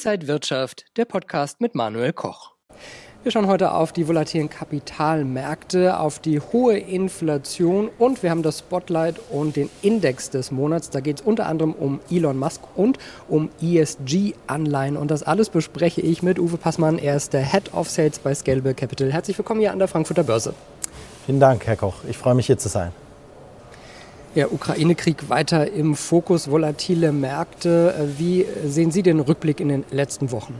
Inside Wirtschaft, der Podcast mit Manuel Koch. Wir schauen heute auf die volatilen Kapitalmärkte, auf die hohe Inflation und wir haben das Spotlight und den Index des Monats. Da geht es unter anderem um Elon Musk und um ESG-Anleihen. Und das alles bespreche ich mit Uwe Passmann. Er ist der Head of Sales bei Scalable Capital. Herzlich willkommen hier an der Frankfurter Börse. Vielen Dank, Herr Koch. Ich freue mich, hier zu sein. Der Ukraine-Krieg weiter im Fokus, volatile Märkte. Wie sehen Sie den Rückblick in den letzten Wochen?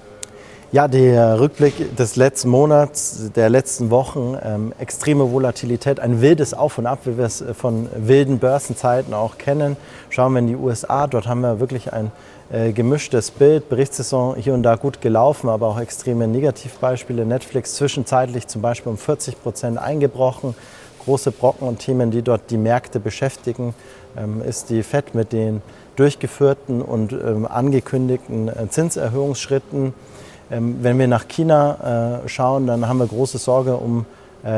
Ja, der Rückblick des letzten Monats, der letzten Wochen, extreme Volatilität, ein wildes Auf und Ab, wie wir es von wilden Börsenzeiten auch kennen. Schauen wir in die USA, dort haben wir wirklich ein gemischtes Bild, Berichtssaison hier und da gut gelaufen, aber auch extreme Negativbeispiele. Netflix zwischenzeitlich zum Beispiel um 40% eingebrochen. Große Brocken und Themen, die dort die Märkte beschäftigen, ist die FED mit den durchgeführten und angekündigten Zinserhöhungsschritten. Wenn wir nach China schauen, dann haben wir große Sorge um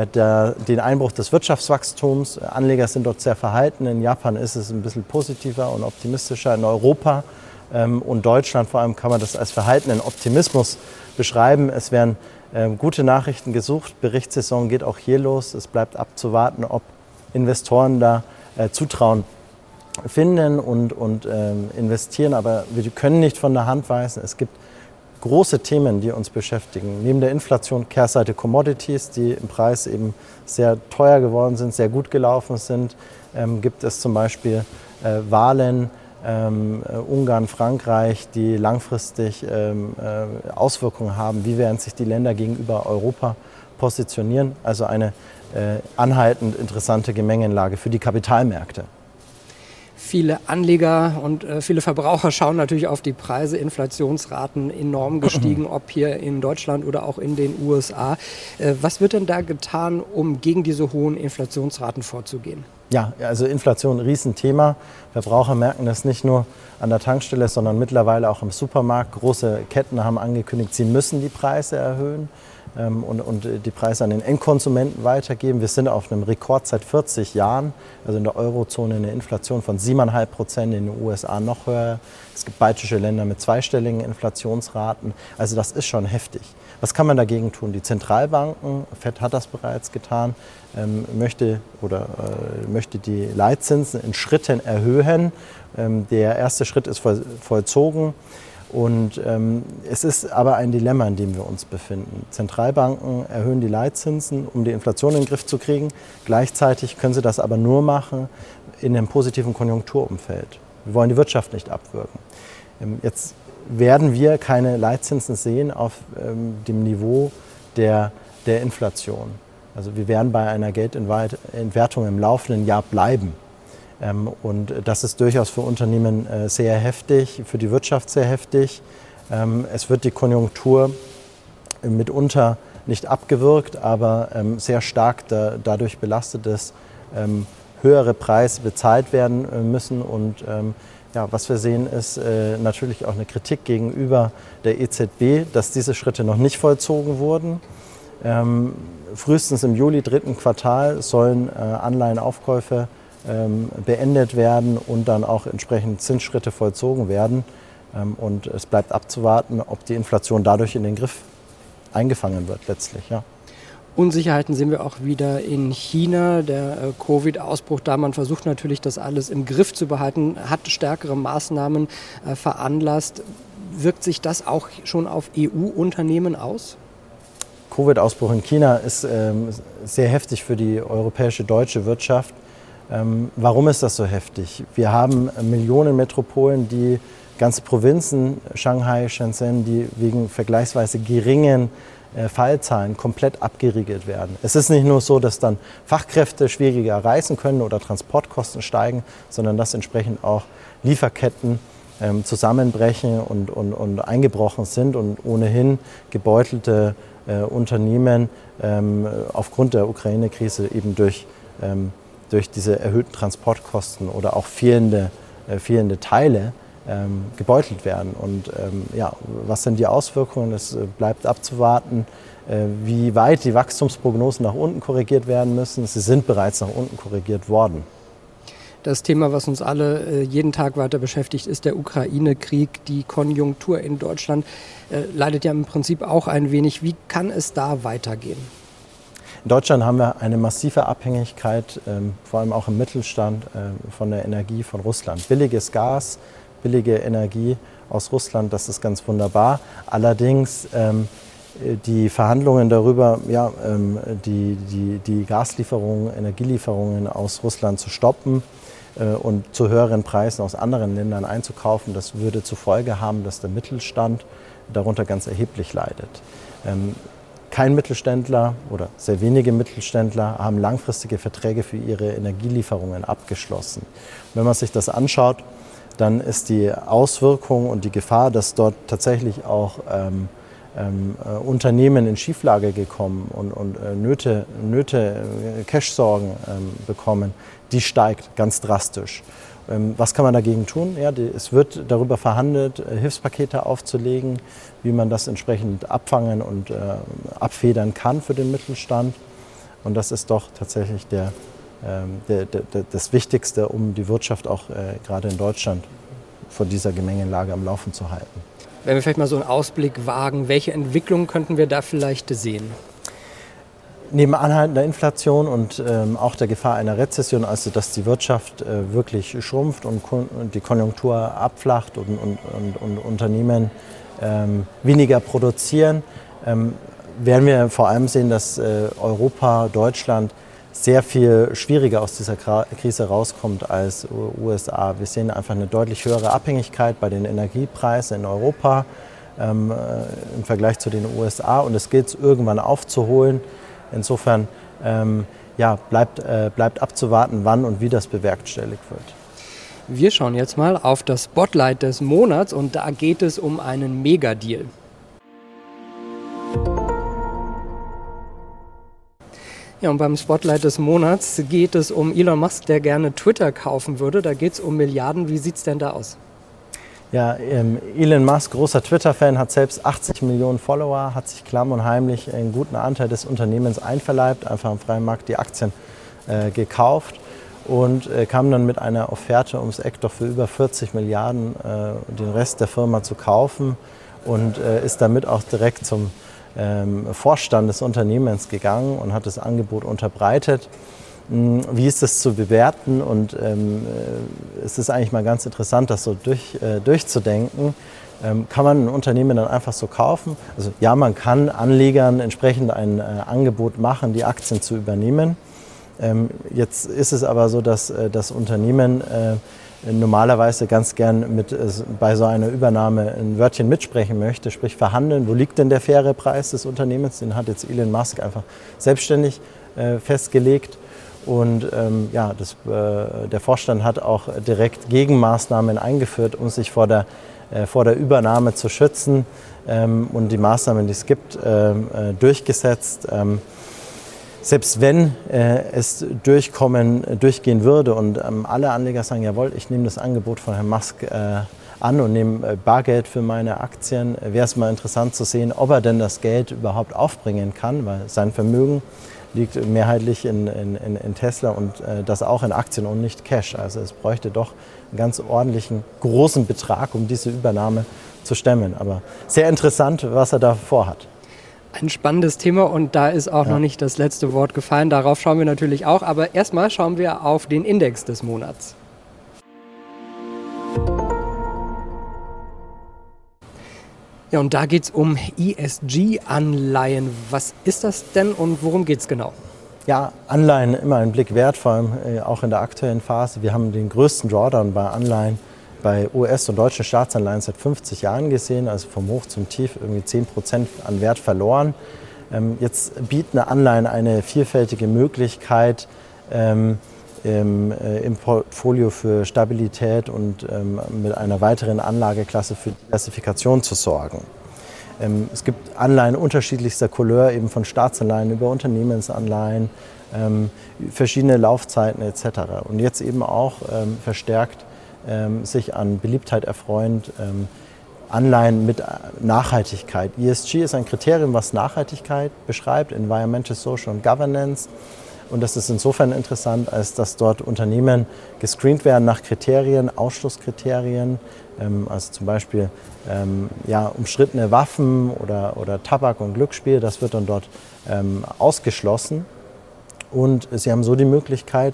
den Einbruch des Wirtschaftswachstums. Anleger sind dort sehr verhalten. In Japan ist es ein bisschen positiver und optimistischer. In Europa und Deutschland vor allem kann man das als verhaltenen Optimismus beschreiben. Es werden gute Nachrichten gesucht. Berichtssaison geht auch hier los. Es bleibt abzuwarten, ob Investoren da Zutrauen finden und investieren. Aber wir können nicht von der Hand weisen. Es gibt große Themen, die uns beschäftigen. Neben der Inflation, Kehrseite Commodities, die im Preis eben sehr teuer geworden sind, sehr gut gelaufen sind, gibt es zum Beispiel Wahlen, Ungarn, Frankreich, die langfristig Auswirkungen haben. Wie werden sich die Länder gegenüber Europa positionieren? Also eine anhaltend interessante Gemengenlage für die Kapitalmärkte. Viele Anleger und viele Verbraucher schauen natürlich auf die Preise, Inflationsraten enorm gestiegen, ob hier in Deutschland oder auch in den USA. Was wird denn da getan, um gegen diese hohen Inflationsraten vorzugehen? Ja, also Inflation, ein Riesenthema. Verbraucher merken das nicht nur an der Tankstelle, sondern mittlerweile auch im Supermarkt. Große Ketten haben angekündigt, sie müssen die Preise erhöhen und die Preise an den Endkonsumenten weitergeben. Wir sind auf einem Rekord seit 40 Jahren, also in der Eurozone eine Inflation von 7,5%, in den USA noch höher. Es gibt baltische Länder mit zweistelligen Inflationsraten. Also das ist schon heftig. Was kann man dagegen tun? Die Zentralbanken, FED hat das bereits getan, möchte die Leitzinsen in Schritten erhöhen. Der erste Schritt ist vollzogen. Und es ist aber ein Dilemma, in dem wir uns befinden. Zentralbanken erhöhen die Leitzinsen, um die Inflation in den Griff zu kriegen. Gleichzeitig können sie das aber nur machen in einem positiven Konjunkturumfeld. Wir wollen die Wirtschaft nicht abwürgen. Jetzt werden wir keine Leitzinsen sehen auf dem Niveau der Inflation. Also wir werden bei einer Geldentwertung im laufenden Jahr bleiben. Und das ist durchaus für Unternehmen sehr heftig, für die Wirtschaft sehr heftig. Es wird die Konjunktur mitunter nicht abgewürgt, aber sehr stark dadurch belastet, dass höhere Preise bezahlt werden müssen. Und was wir sehen, ist natürlich auch eine Kritik gegenüber der EZB, dass diese Schritte noch nicht vollzogen wurden. Frühestens im Juli, 3. Quartal, sollen Anleihenaufkäufe beendet werden und dann auch entsprechend Zinsschritte vollzogen werden. Und es bleibt abzuwarten, ob die Inflation dadurch in den Griff eingefangen wird letztlich. Ja. Unsicherheiten sehen wir auch wieder in China. Der Covid-Ausbruch da, man versucht natürlich, das alles im Griff zu behalten, hat stärkere Maßnahmen veranlasst. Wirkt sich das auch schon auf EU-Unternehmen aus? Covid-Ausbruch in China ist sehr heftig für die europäische, deutsche Wirtschaft. Warum ist das so heftig? Wir haben Millionen Metropolen, die ganze Provinzen, Shanghai, Shenzhen, die wegen vergleichsweise geringen Fallzahlen komplett abgeriegelt werden. Es ist nicht nur so, dass dann Fachkräfte schwieriger reisen können oder Transportkosten steigen, sondern dass entsprechend auch Lieferketten zusammenbrechen und eingebrochen sind und ohnehin gebeutelte Unternehmen aufgrund der Ukraine-Krise eben durch diese erhöhten Transportkosten oder auch fehlende Teile gebeutelt werden. Und was sind die Auswirkungen? Es bleibt abzuwarten, wie weit die Wachstumsprognosen nach unten korrigiert werden müssen. Sie sind bereits nach unten korrigiert worden. Das Thema, was uns alle jeden Tag weiter beschäftigt, ist der Ukraine-Krieg. Die Konjunktur in Deutschland leidet ja im Prinzip auch ein wenig. Wie kann es da weitergehen? In Deutschland haben wir eine massive Abhängigkeit, vor allem auch im Mittelstand, von der Energie von Russland. Billiges Gas, billige Energie aus Russland, das ist ganz wunderbar. Allerdings die Verhandlungen darüber, die Gaslieferungen, Energielieferungen aus Russland zu stoppen und zu höheren Preisen aus anderen Ländern einzukaufen, das würde zur Folge haben, dass der Mittelstand darunter ganz erheblich leidet. Kein Mittelständler oder sehr wenige Mittelständler haben langfristige Verträge für ihre Energielieferungen abgeschlossen. Wenn man sich das anschaut, dann ist die Auswirkung und die Gefahr, dass dort tatsächlich auch Unternehmen in Schieflage gekommen und Nöte, Cash-Sorgen bekommen, die steigt ganz drastisch. Was kann man dagegen tun? Ja, es wird darüber verhandelt, Hilfspakete aufzulegen, wie man das entsprechend abfangen und abfedern kann für den Mittelstand. Und das ist doch tatsächlich das Wichtigste, um die Wirtschaft auch gerade in Deutschland vor dieser Gemengelage am Laufen zu halten. Wenn wir vielleicht mal so einen Ausblick wagen, welche Entwicklungen könnten wir da vielleicht sehen? Neben anhaltender Inflation und auch der Gefahr einer Rezession, also dass die Wirtschaft wirklich schrumpft und die Konjunktur abflacht und Unternehmen weniger produzieren, werden wir vor allem sehen, dass Europa, Deutschland sehr viel schwieriger aus dieser Krise rauskommt als USA. Wir sehen einfach eine deutlich höhere Abhängigkeit bei den Energiepreisen in Europa im Vergleich zu den USA und es gilt es irgendwann aufzuholen. Insofern bleibt abzuwarten, wann und wie das bewerkstelligt wird. Wir schauen jetzt mal auf das Spotlight des Monats und da geht es um einen Megadeal. Ja, und beim Spotlight des Monats geht es um Elon Musk, der gerne Twitter kaufen würde. Da geht es um Milliarden. Wie sieht es denn da aus? Ja, Elon Musk, großer Twitter-Fan, hat selbst 80 Millionen Follower, hat sich klamm und heimlich einen guten Anteil des Unternehmens einverleibt, einfach am freien Markt die Aktien gekauft und kam dann mit einer Offerte ums Eck, doch für über 40 Milliarden den Rest der Firma zu kaufen und ist damit auch direkt zum Vorstand des Unternehmens gegangen und hat das Angebot unterbreitet. Wie ist das zu bewerten? Und es ist eigentlich mal ganz interessant, das so durchzudenken. Kann man ein Unternehmen dann einfach so kaufen? Also ja, man kann Anlegern entsprechend ein Angebot machen, die Aktien zu übernehmen. Jetzt ist es aber so, dass das Unternehmen normalerweise ganz gern bei so einer Übernahme ein Wörtchen mitsprechen möchte, sprich verhandeln. Wo liegt denn der faire Preis des Unternehmens? Den hat jetzt Elon Musk einfach selbstständig festgelegt. Und der Vorstand hat auch direkt Gegenmaßnahmen eingeführt, um sich vor der Übernahme zu schützen und die Maßnahmen, die es gibt, durchgesetzt. Selbst wenn es durchgehen würde und alle Anleger sagen, jawohl, ich nehme das Angebot von Herrn Musk an und nehme Bargeld für meine Aktien, wäre es mal interessant zu sehen, ob er denn das Geld überhaupt aufbringen kann, weil sein Vermögen liegt mehrheitlich in Tesla und das auch in Aktien und nicht Cash. Also es bräuchte doch einen ganz ordentlichen, großen Betrag, um diese Übernahme zu stemmen. Aber sehr interessant, was er da vorhat. Ein spannendes Thema und da ist auch noch nicht das letzte Wort gefallen. Darauf schauen wir natürlich auch. Aber erstmal schauen wir auf den Index des Monats. Ja, und da geht es um ESG-Anleihen. Was ist das denn und worum geht es genau? Ja, Anleihen immer ein Blick wert, vor allem auch in der aktuellen Phase. Wir haben den größten Drawdown bei Anleihen, bei US- und deutschen Staatsanleihen seit 50 Jahren gesehen, also vom Hoch zum Tief irgendwie 10% an Wert verloren. Jetzt bieten Anleihen eine vielfältige Möglichkeit, im Portfolio für Stabilität und mit einer weiteren Anlageklasse für Diversifikation zu sorgen. Es gibt Anleihen unterschiedlichster Couleur, eben von Staatsanleihen über Unternehmensanleihen, verschiedene Laufzeiten etc. Und jetzt eben auch verstärkt sich an Beliebtheit erfreuend Anleihen mit Nachhaltigkeit. ESG ist ein Kriterium, was Nachhaltigkeit beschreibt, Environmental, Social und Governance. Und das ist insofern interessant, als dass dort Unternehmen gescreent werden nach Kriterien, Ausschlusskriterien, also zum Beispiel umstrittene Waffen oder Tabak und Glücksspiel, das wird dann dort ausgeschlossen. Und sie haben so die Möglichkeit,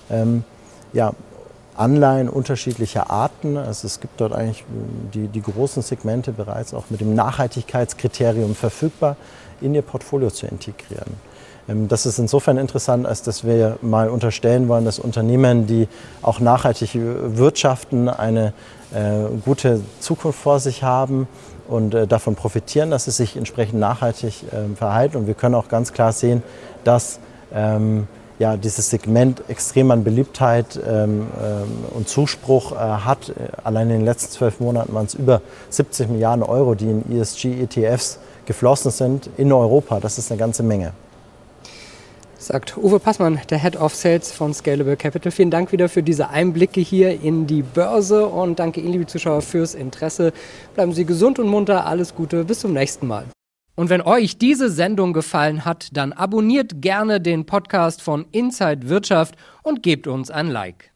Anleihen unterschiedlicher Arten, also es gibt dort eigentlich die großen Segmente bereits auch mit dem Nachhaltigkeitskriterium verfügbar, in ihr Portfolio zu integrieren. Das ist insofern interessant, als dass wir mal unterstellen wollen, dass Unternehmen, die auch nachhaltig wirtschaften, eine gute Zukunft vor sich haben und davon profitieren, dass sie sich entsprechend nachhaltig verhalten. Und wir können auch ganz klar sehen, dass dieses Segment extrem an Beliebtheit und Zuspruch hat. Allein in den letzten 12 Monaten waren es über 70 Milliarden Euro, die in ESG-ETFs geflossen sind in Europa. Das ist eine ganze Menge. Sagt Uwe Passmann, der Head of Sales von Scalable Capital. Vielen Dank wieder für diese Einblicke hier in die Börse und danke Ihnen, liebe Zuschauer, fürs Interesse. Bleiben Sie gesund und munter, alles Gute, bis zum nächsten Mal. Und wenn euch diese Sendung gefallen hat, dann abonniert gerne den Podcast von Inside Wirtschaft und gebt uns ein Like.